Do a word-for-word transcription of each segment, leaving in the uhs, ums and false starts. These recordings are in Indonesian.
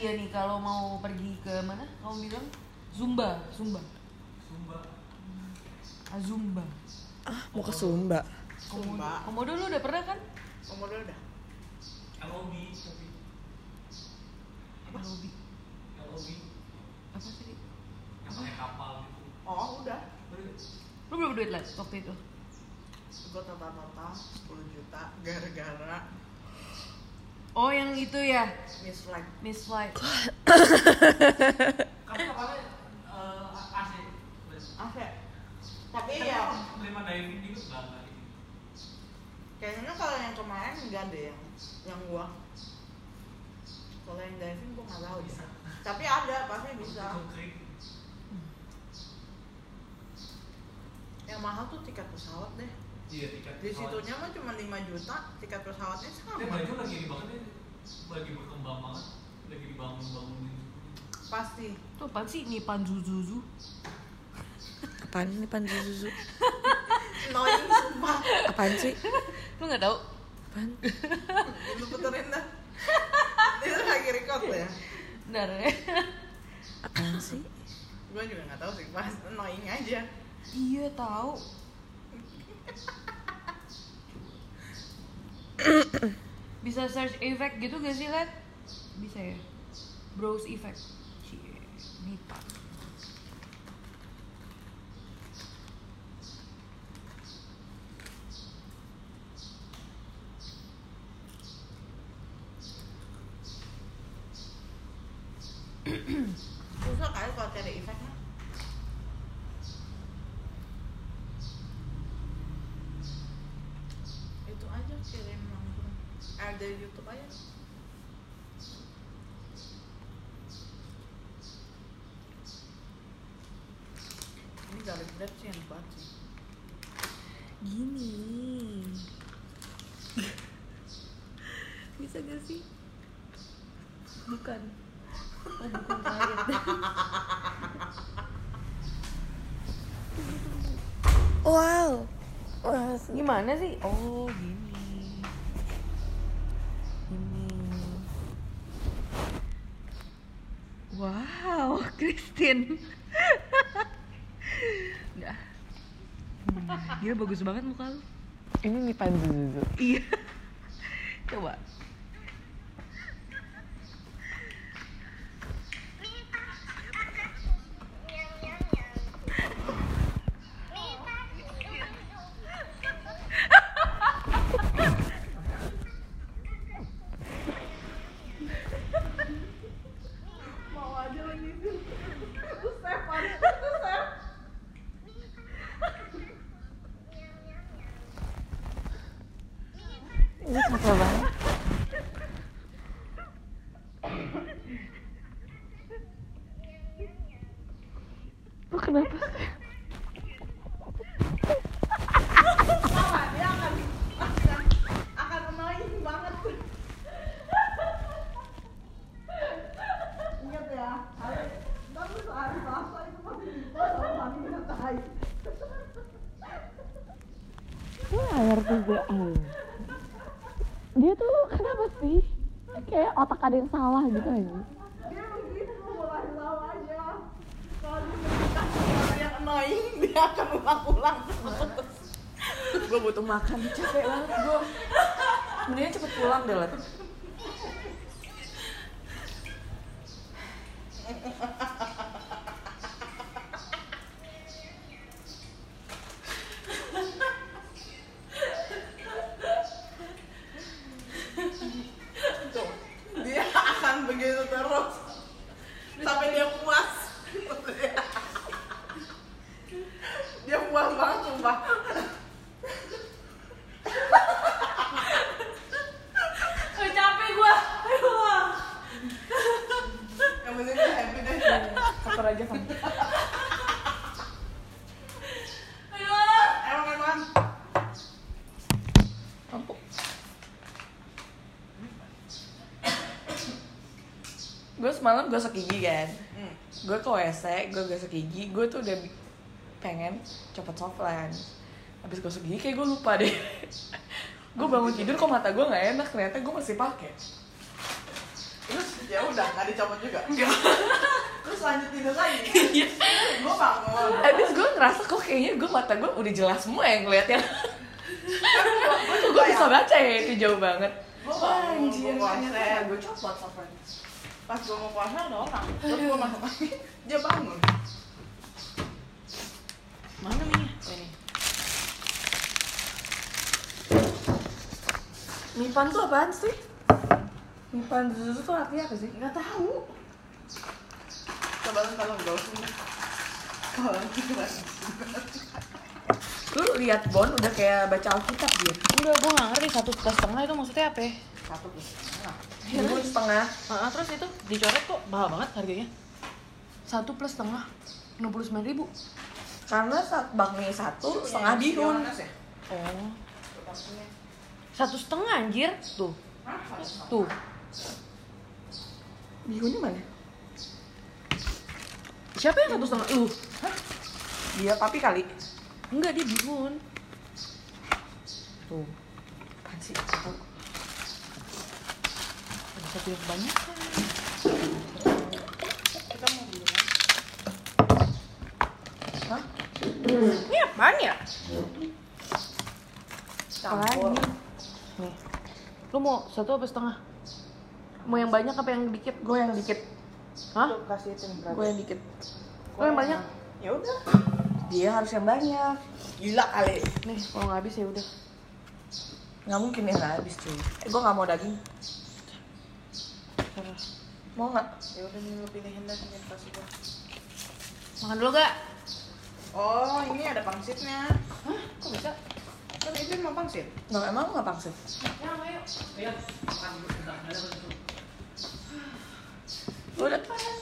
dia nih kalau mau pergi ke mana? Kamu bilang Zumba, Zumba. Zumba. Ah, Zumba. Ah, mau ke Sumba. Komodo. Komodo lu udah pernah kan? Komodo udah. L O B tapi. Apa hobi? L O B. Apa sih? Yang pakai kapal gitu. Oh udah. Lu berapa duit lah waktu itu? Gue total-total sepuluh juta gara-gara Oh yang itu ya? Miss Flight. Miss Flight. Kamu kapalnya uh, A C. A C. Tapi Kan ya lima diving juga enggak enggak ini. kayaknya kalau yang kemarin enggak deh yang yang gua. Kalau yang diving gua nggak tahu bisa. Tapi ada pasti bisa. Yang mahal tuh tiket pesawat deh. Iya tiket. Di situnya mah cuma lima juta, tiket pesawatnya sama. Ini baju lagi ini banget nih, lagi berkembang banget, lagi dibangun-bangunin. Pasti. Tuh apaan sih? Nipan Zuzuzu. Apaan nih Panzuzuzu? Annoying sumpah. Apaan sih? Lu nggak tahu? Apaan? Lu puterin dah. Ini lagi record ya. Benar ya? Apaan sih? Gua juga nggak tahu sih, pas annoying aja. Iya tahu. Bisa search effect gitu gak sih, Let? Bisa ya? Browse effect. Cie, Nipan. Susah kali kalau cari efeknya. Itu aja kirim langsung. Eh dari YouTube aja. Ini garlic bread sih yang banget sih. Gini. Bisa gak sih? Bukan. Oh, bukan karet. Wow. Wah, Gimana sih? Oh, gini. Ini. Wow, Christine. Enggak. Hmm, gila bagus banget muka lu. ini nih Panzuzuzu. Iya. Coba. Mau aja lagi sih. Itu save aja, itu save. Ini capek banget. Lu kenapa sih? Sama dia akan akan akan annoying banget. Ingat ya, hari tapi hari Selasa itu masih bisa sama hari Minggu. Gue gak ngerti gue. Dia tuh kenapa sih? Kayak otak ada yang salah gitu aja. Dia begitu, mulai tahu aja. Kalau dia menikah sama orang yang annoying, dia akan ulang-ulang terus. Gue butuh makan, capek banget gue. Mendingan cepet pulang deh, Let. Tuh, dia akan begitu terus sampai dia puas. Dia puas banget sumpah. Oh, capek gua. Aduh. Yang penting dia happy deh. Cover aja kan. Aduh. Emang emang. Empuk. Gue semalam gosok gigi kan. Hmm. Gue ke W C, gue gosok gigi. Gue tuh udah pengen cepet soflan. Habis gosok gigi kayak gue lupa deh. Gue bangun tidur kok mata gue nggak enak, ternyata gue masih pakai. Terus Ya udah, nggak dicopot juga. Enggak. Terus lanjut tidur lagi. Iya. Gue bangun. Habis gue ngerasa kok kayaknya gue mata gue udah jelas semua yang ngeliatnya. Gue Gue bisa baca ya itu jauh banget. Gue bangun, Anjir, gue puasa. ternyata gue copot sopan. Pas gue mau puasa ada orang. Terus gue masuk lagi. Dia bangun. Mana minyak? Ini. Mipan tuh apaan sih? Mipan susu tuh artinya apa sih? Nggak tahu. Coba lu kalau nggak usah. Kalau kita Lu lihat Bon udah kayak baca Alkitab dia. Enggak, gue nggak ngerti satu plus setengah itu maksudnya apa ya? satu plus setengah. Ribu setengah. Ah, terus itu dicoret kok mahal banget harganya. Satu plus setengah enam puluh sembilan ribu. Karena saat bakmi satu setengah bihun. Ya? Oh, satu setengah anjir tuh. Tuh. Bihunnya mana? Siapa yang satu setengah? Lu? Dia papi kali. Enggak, dia bihun. Tuh. Apaan sih? Ada satu yang banyak kan. Kita mau dulu kan? Hah? Ini apaan ya? Campur. Nih. Lu mau satu apa setengah? Mau yang banyak apa yang dikit? Gue yang dikit. Hah? Tuh, kasih itu yang berapa? Gue yang dikit. Lu yang banyak? Ya udah. Dia harus yang banyak. Gila kali. Nih, kalau nggak habis ya udah. Nggak mungkin ya nggak habis cuy. Eh, gue nggak mau daging. Mau nggak? Ya udah nih lu pilihin dah yang kasih gua. Makan dulu gak? Oh, ini ada pangsitnya. Hah? Kok bisa? Kan itu emang pangsit. Nggak, emang nggak pangsit? Ya, ayo. Ayo, makan dulu bentar. Ada apa itu? Udah.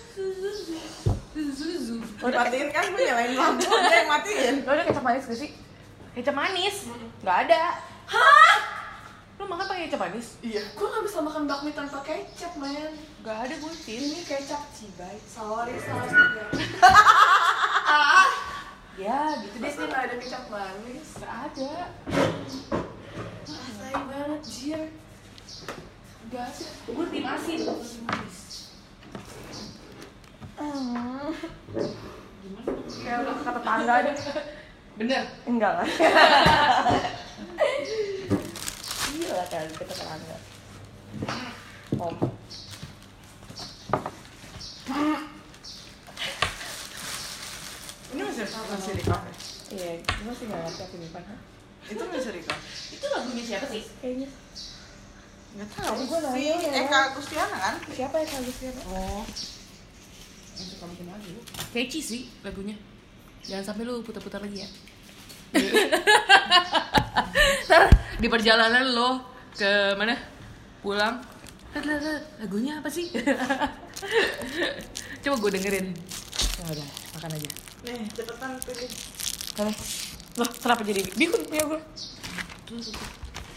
Udah Matiin kan gue nyalain lampu, dia yang matiin. Lo udah kecap manis gak sih? Kecap manis? Nggak ada. Hah? Lu makan pakai kecap manis? Iya. Gue nggak bisa makan bakmi tanpa kecap, man. Nggak ada, bucin. Ini kecap cibai. Sorry, salah juga. Ya, gitu deh sih nggak ada kecap manis. Nggak ada. Asai banget, jir. Nggak ada. Gue tim asin, bukan tim manis. Hmm. Gimana? Kayak udah ke tetangga deh. Bener. Enggak lah. Gila kan ke tetangga. Om. Ini masih masih di kafe. Iya, gue masih nggak ngerti apa Mipan. Itu masih di kafe. Itu lagunya siapa sih? Kayaknya. Nggak tahu. Gua nanya Si ya. Eka Agustiana kan? Siapa yang kaget siapa? Oh, Yang suka bikin lagu. catchy sih lagunya. Jangan sampai lu putar-putar lagi ya. Ntar di perjalanan lo ke mana? Pulang. Lihat, lihat, lihat. Lagunya apa sih? Coba gue dengerin. Ya udah, makan aja. Nih, cepetan pilih. Boleh. Loh, kenapa jadi bihun punya gue? Tuh, tuh, tuh.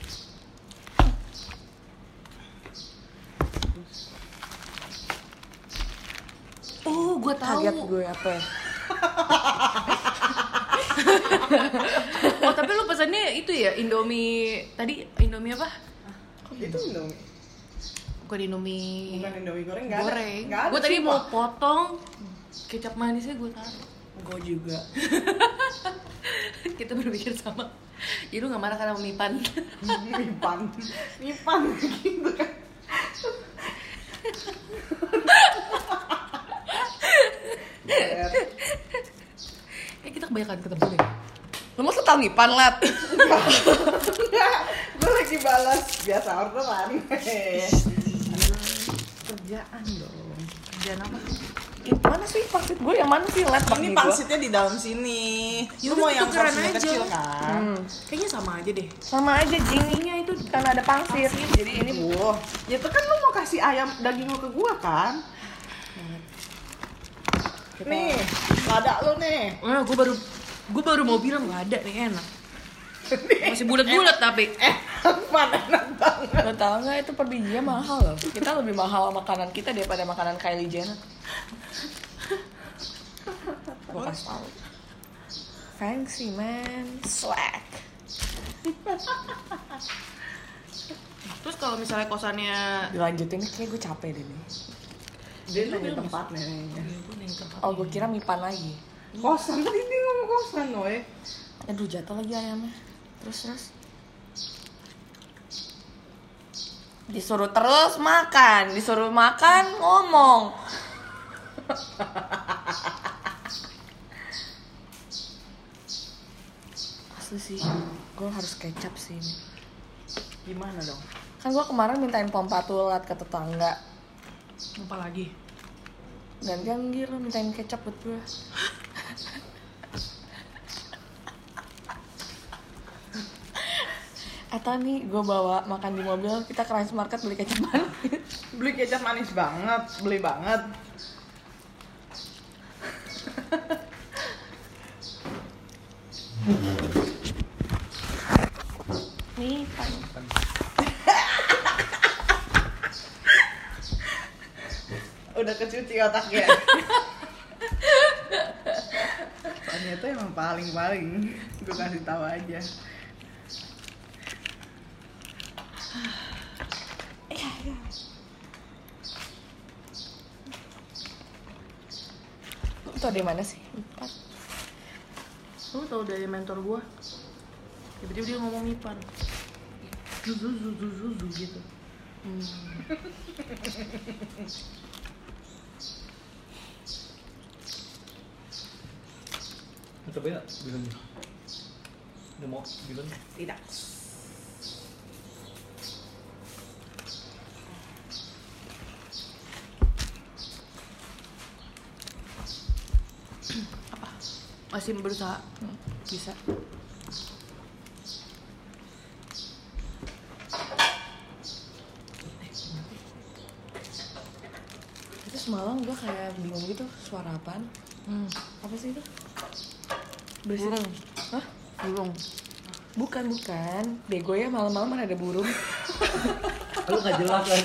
Oh, gue tahu. Kaget gue apa ya? Oh, tapi lu pesannya itu ya Indomie tadi Indomie apa? Itu Indomie. Bukan Indomie. Bukan Indomie goreng, nggak ada. Goreng. Nggak ada, Gue tadi sumpah. mau potong kecap manisnya gue taruh. Gue juga. Kita berpikir sama. Jadi lu nggak marah karena mipan? Mipan. Mipan gitu kan. Eh kita kebanyakan ketemu deh. Lu masa tau Mipan, Lat? Enggak, gue lagi balas biasa orderan. Kerjaan dong. Kerjaan apa? Ih, mana sih pangsit gue? Yang mana sih Lat Ini bakmi gue? pangsitnya di dalam sini. Ya Lu udah, mau yang tukeran porsinya aja. kecil kan? Hmm. Kayaknya sama aja deh. Sama aja jinginya itu karena ada pangsit. Jadi ini Wah, ya itu kan lu mau kasih ayam daging lu ke gua kan? Kita- Nih, lada lu nih. Wah, gue baru gue baru mau bilang nggak ada nih enak. Masih bulat-bulat tapi. Eh, mana enak banget. Lo tau gak itu per bijinya mahal loh. Kita lebih mahal makanan kita daripada makanan Kylie Jenner. Gue kasih tau. Fancy man, swag. Terus kalau misalnya kosannya Dilanjutin kayak gue capek deh nih. Dia nanya tempat neneknya. Oh, gue kira Mipan lagi. Kosan tadi dia ngomong kosan, Noe. Aduh, jatuh lagi ayamnya. Terus terus. Disuruh terus makan, disuruh makan ngomong. Asli sih, gue harus kecap sih ini. Gimana dong? Kan gue kemarin mintain pompa tulat ke tetangga. Apa lagi? Gantian Gir, lo mintain kecap buat gue. Atau nih gue bawa makan di mobil, kita ke Rice Market beli kecap manis. Beli kecap manis banget, beli banget. Nih, Pan. Udah kecuci otaknya. Ternyata emang paling-paling. Gue kasih tahu aja. Itu di mana sih? Empat. Lu tau dari mentor gua, tiba-tiba dia ngomong Mipan, zuzu zuzu zuzu gitu. Hmm. Coba ya, bilang. Udah mau bilang? Tidak. Masih berusaha. Hmm, bisa. Itu semalam gue kayak bingung gitu, suara apaan? Hmm. Apa sih itu? Berisik. Burung. Hah? Burung. Bukan, bukan. Bego ya, malam-malam mana ada burung. Lu nggak jelas kan?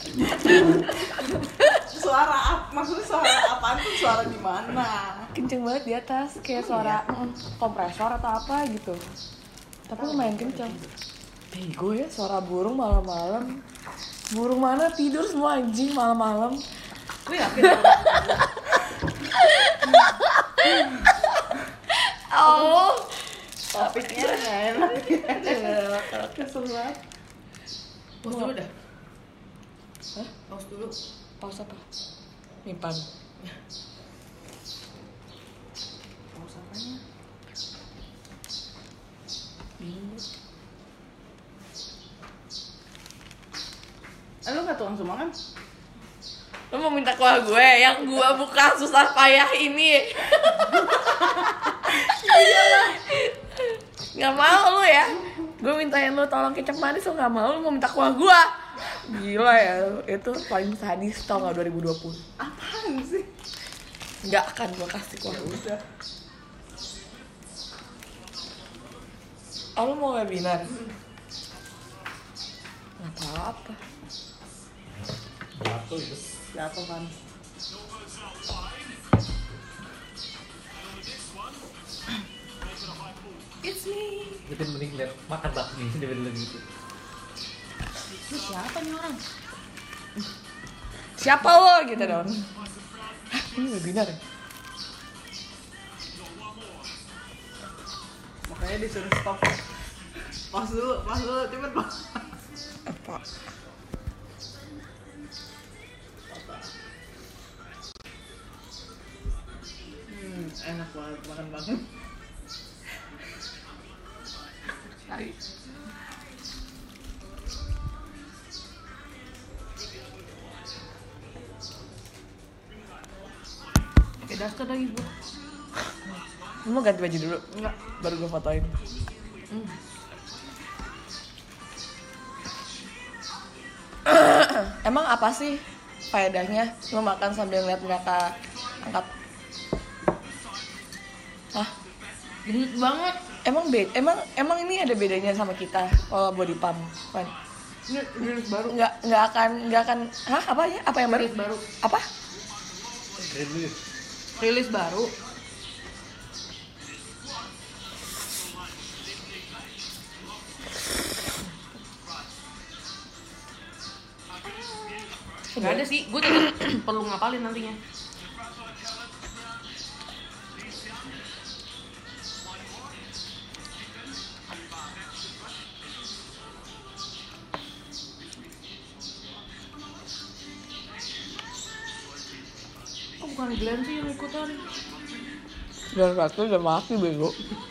Suara apa? Maksudnya suara apaan tuh? Suara di mana? Kenceng banget di atas, kayak suara mm, kompresor atau apa gitu. Tapi lumayan kenceng. Bego ya, suara burung malam-malam. Burung mana tidur semua anjing malam-malam. Gue yakin. Oh, Topiknya nggak enak. kesel banget. Pause dulu dah. Hah? Pause dulu. Pause apa? Mipan. Pause apanya? Bingung. Eh, lu nggak tukang sumbangan? Lo mau minta kuah gue yang gue buka susah payah ini. Gak mau lu ya. Gue mintain lu tolong kecap manis, lo gak mau, lu mau minta kuah gue. Gila ya, itu paling sadis tau gak dua ribu dua puluh. Apaan sih? Gak akan gue kasih kuah. Udah. Oh, lu mau webinar? Gak apa-apa. Jatuh itu. Siapa kan? It's me. Kita mending lihat makan bakmi daripada gitu. Ini siapa nih orang? Siapa lo gitu dong. Hah, ini webinar ya? Makanya disuruh stop. Pas dulu, pas dulu, cepet pas. Apa? Hmm, enak banget makan banget. Cari. Pakai daster lagi gua. Lu mau ganti baju dulu? Enggak. Baru gue fotoin. Hmm. Emang apa sih faedahnya lu makan sambil ngeliat mereka angkat? Hah? Gendut banget. Emang beda? Emang emang ini ada bedanya sama kita kalau body pump? Kan? Ini rilis baru. Nggak nggak akan nggak akan. Hah? Apa ya? Apa yang baru? Rilis baru. Apa? Rilis. Rilis baru. Gak ada sih, gue tetep perlu ngapalin nantinya. Oh bukan Glenn sih yang ikutan. Dan satu udah mati bego.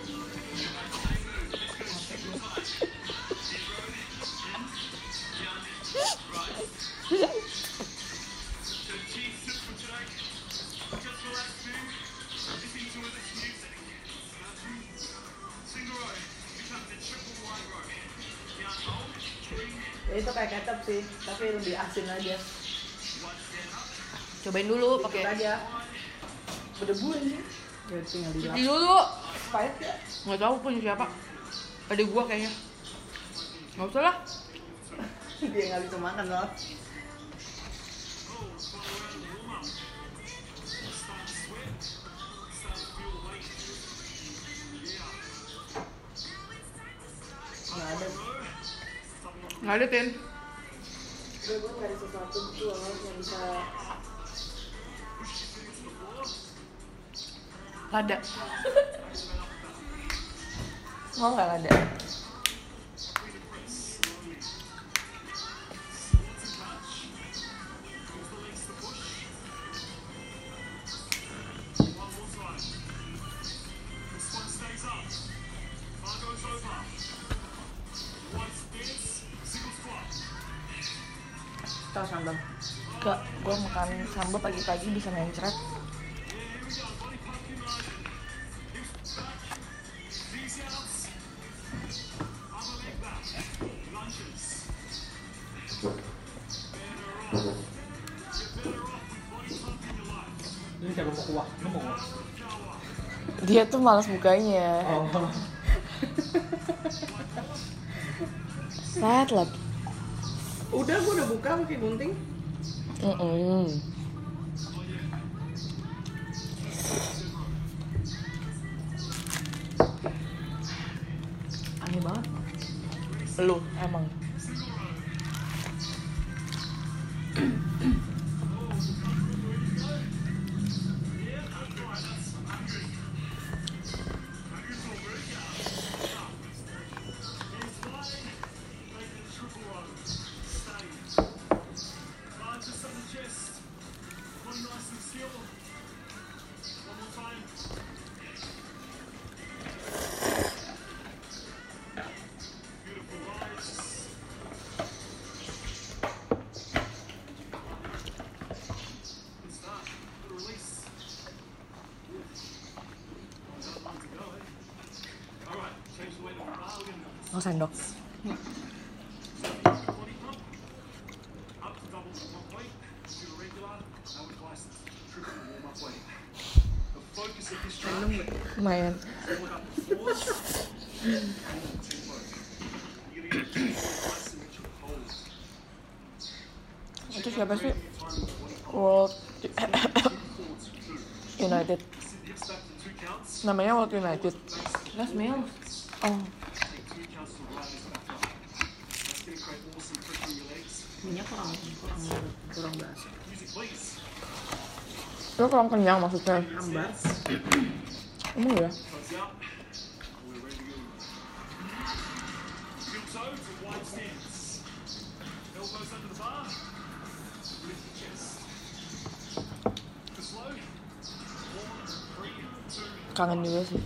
Ya itu kayak kecap sih, tapi lebih asin aja. Cobain dulu Dikit pakai. aja. Berdebu aja. Ya tinggal dilap. Cuci dulu. Pahit ya? Nggak tahu punya siapa. Adik gua kayaknya. Nggak usah lah. Dia nggak bisa makan loh. Nggak ada. Nggak ada Tin. Gue gue cari sesuatu gitu loh yang bisa. Ada. Mau nggak ada? Tahu sambal. Gak, gue makan sambal pagi-pagi bisa mencret. Ini siapa mau kuah? Lu mau kuah? Dia tuh malas bukanya. Oh. Set lah. Udah, gue udah buka pakai gunting. Mm-mm. Aneh banget. Lu emang. Oh sendok. Lumayan. Itu siapa sih? World United. Namanya World United. Gas mel. Oh, Minyak kurang kurang kurang berasa. lu kurang kenyang maksudnya? Hambar. Emang ya? Kangen juga sih.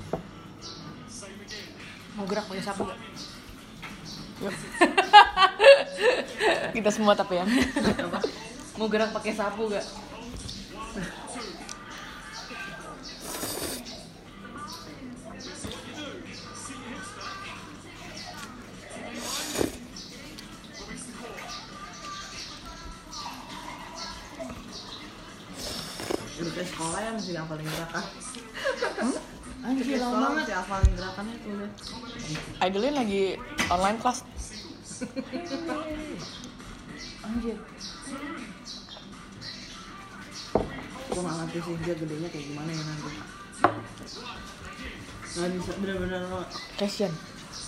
Mau gerak pakai sapu gak? Yuk. Kita semua tapi ya. Mau gerak pakai sapu gak? Udah kayak sekolah ya masih hafalin gerakan. Anjir Kayak lama sekolah banget. masih hafalin gerakannya tuh udah. Idolin lagi online kelas. Anjir. Gue gak ngerti sih dia gedenya kayak gimana ya nanti. Gak bisa bener-bener lo. Kasian.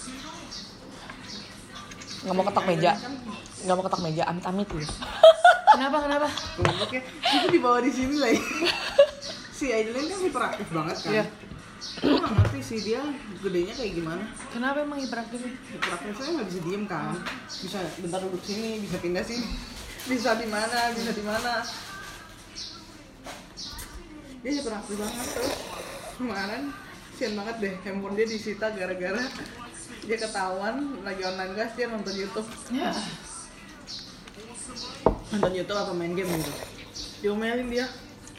Nggak mau ketok meja. Nggak mau ketok meja. Amit-amit gitu. Kenapa kenapa? Oke, itu dibawa di sini lah. Si Aileen kan hiperaktif banget kan. Iya. Gue nggak ngerti sih dia gedenya kayak gimana. Kenapa emang hiperaktif? Hiperaktifnya nggak bisa diem kan. Bisa bentar duduk sini, bisa pindah sini, bisa di mana, bisa di mana. Dia hiperaktif banget terus kemarin sian banget deh, handphone dia disita gara-gara dia ketahuan lagi online guys, dia nonton YouTube. Ya. Nonton YouTube apa main game gitu. Diomelin dia.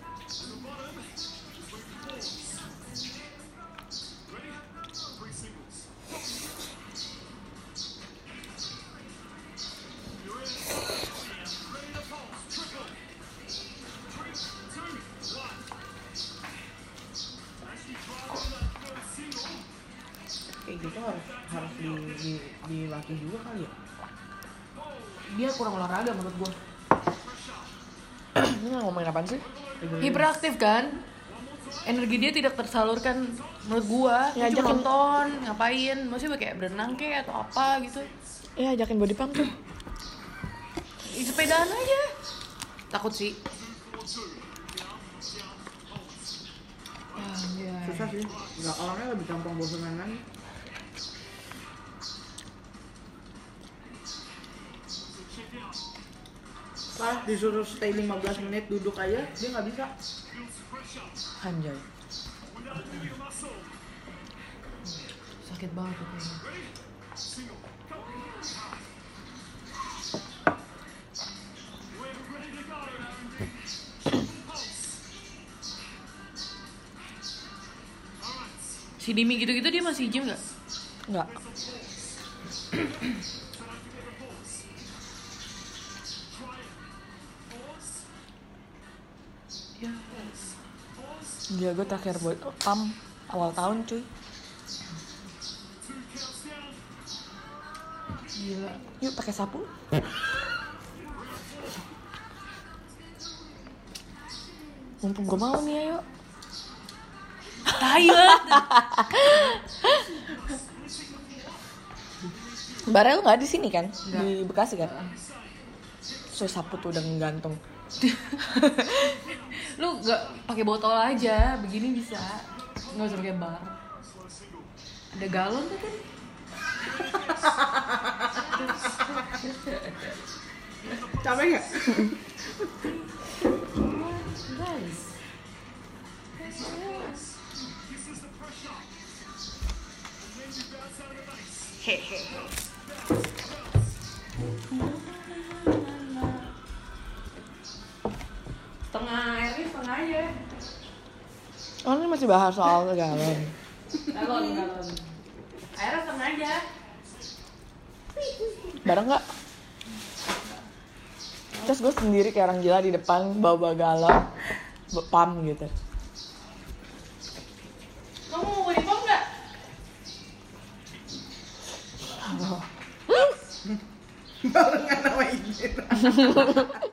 Kayak gitu harus harus di, di dilatih juga kali ya. Dia kurang olahraga menurut gua. Ini nggak ngomongin apaan sih? Hiperaktif kan? Energi dia tidak tersalurkan menurut gua. Ya, Dia cuma ajakin- nonton, ngapain? Maksudnya kayak berenang kayak atau apa gitu. Iya, ajakin body pump tuh. Ih, sepedaan aja. Takut sih. Susah sih. Nggak, orangnya lebih gampang bosan kan. Lah disuruh stay lima belas menit duduk aja dia nggak bisa. Anjay. Sakit banget tuh kayaknya. Si Dimi gitu-gitu dia masih gym nggak? Nggak. Ya. Dia gue terakhir buat pump awal tahun cuy. Gila. Yuk pakai sapu. Mumpung gue mau nih, ayo. Tai banget. Barel lu nggak di sini kan? Nggak. Di Bekasi kan? So sapu tuh udah ngegantung. Lu gak pakai botol aja, begini bisa. Nggak usah pakai bar. Ada galon tuh kan? Capek nggak? Guys. Hehehe. Setengah airnya setengah aja. Oh ini masih bahas soal galon. Galon, galon. Airnya setengah aja. Bareng nggak? Terus gue sendiri kayak orang gila di depan bawa-bawa galon, bawa pump gitu. Kamu mau body pump nggak? Barengan sama izin.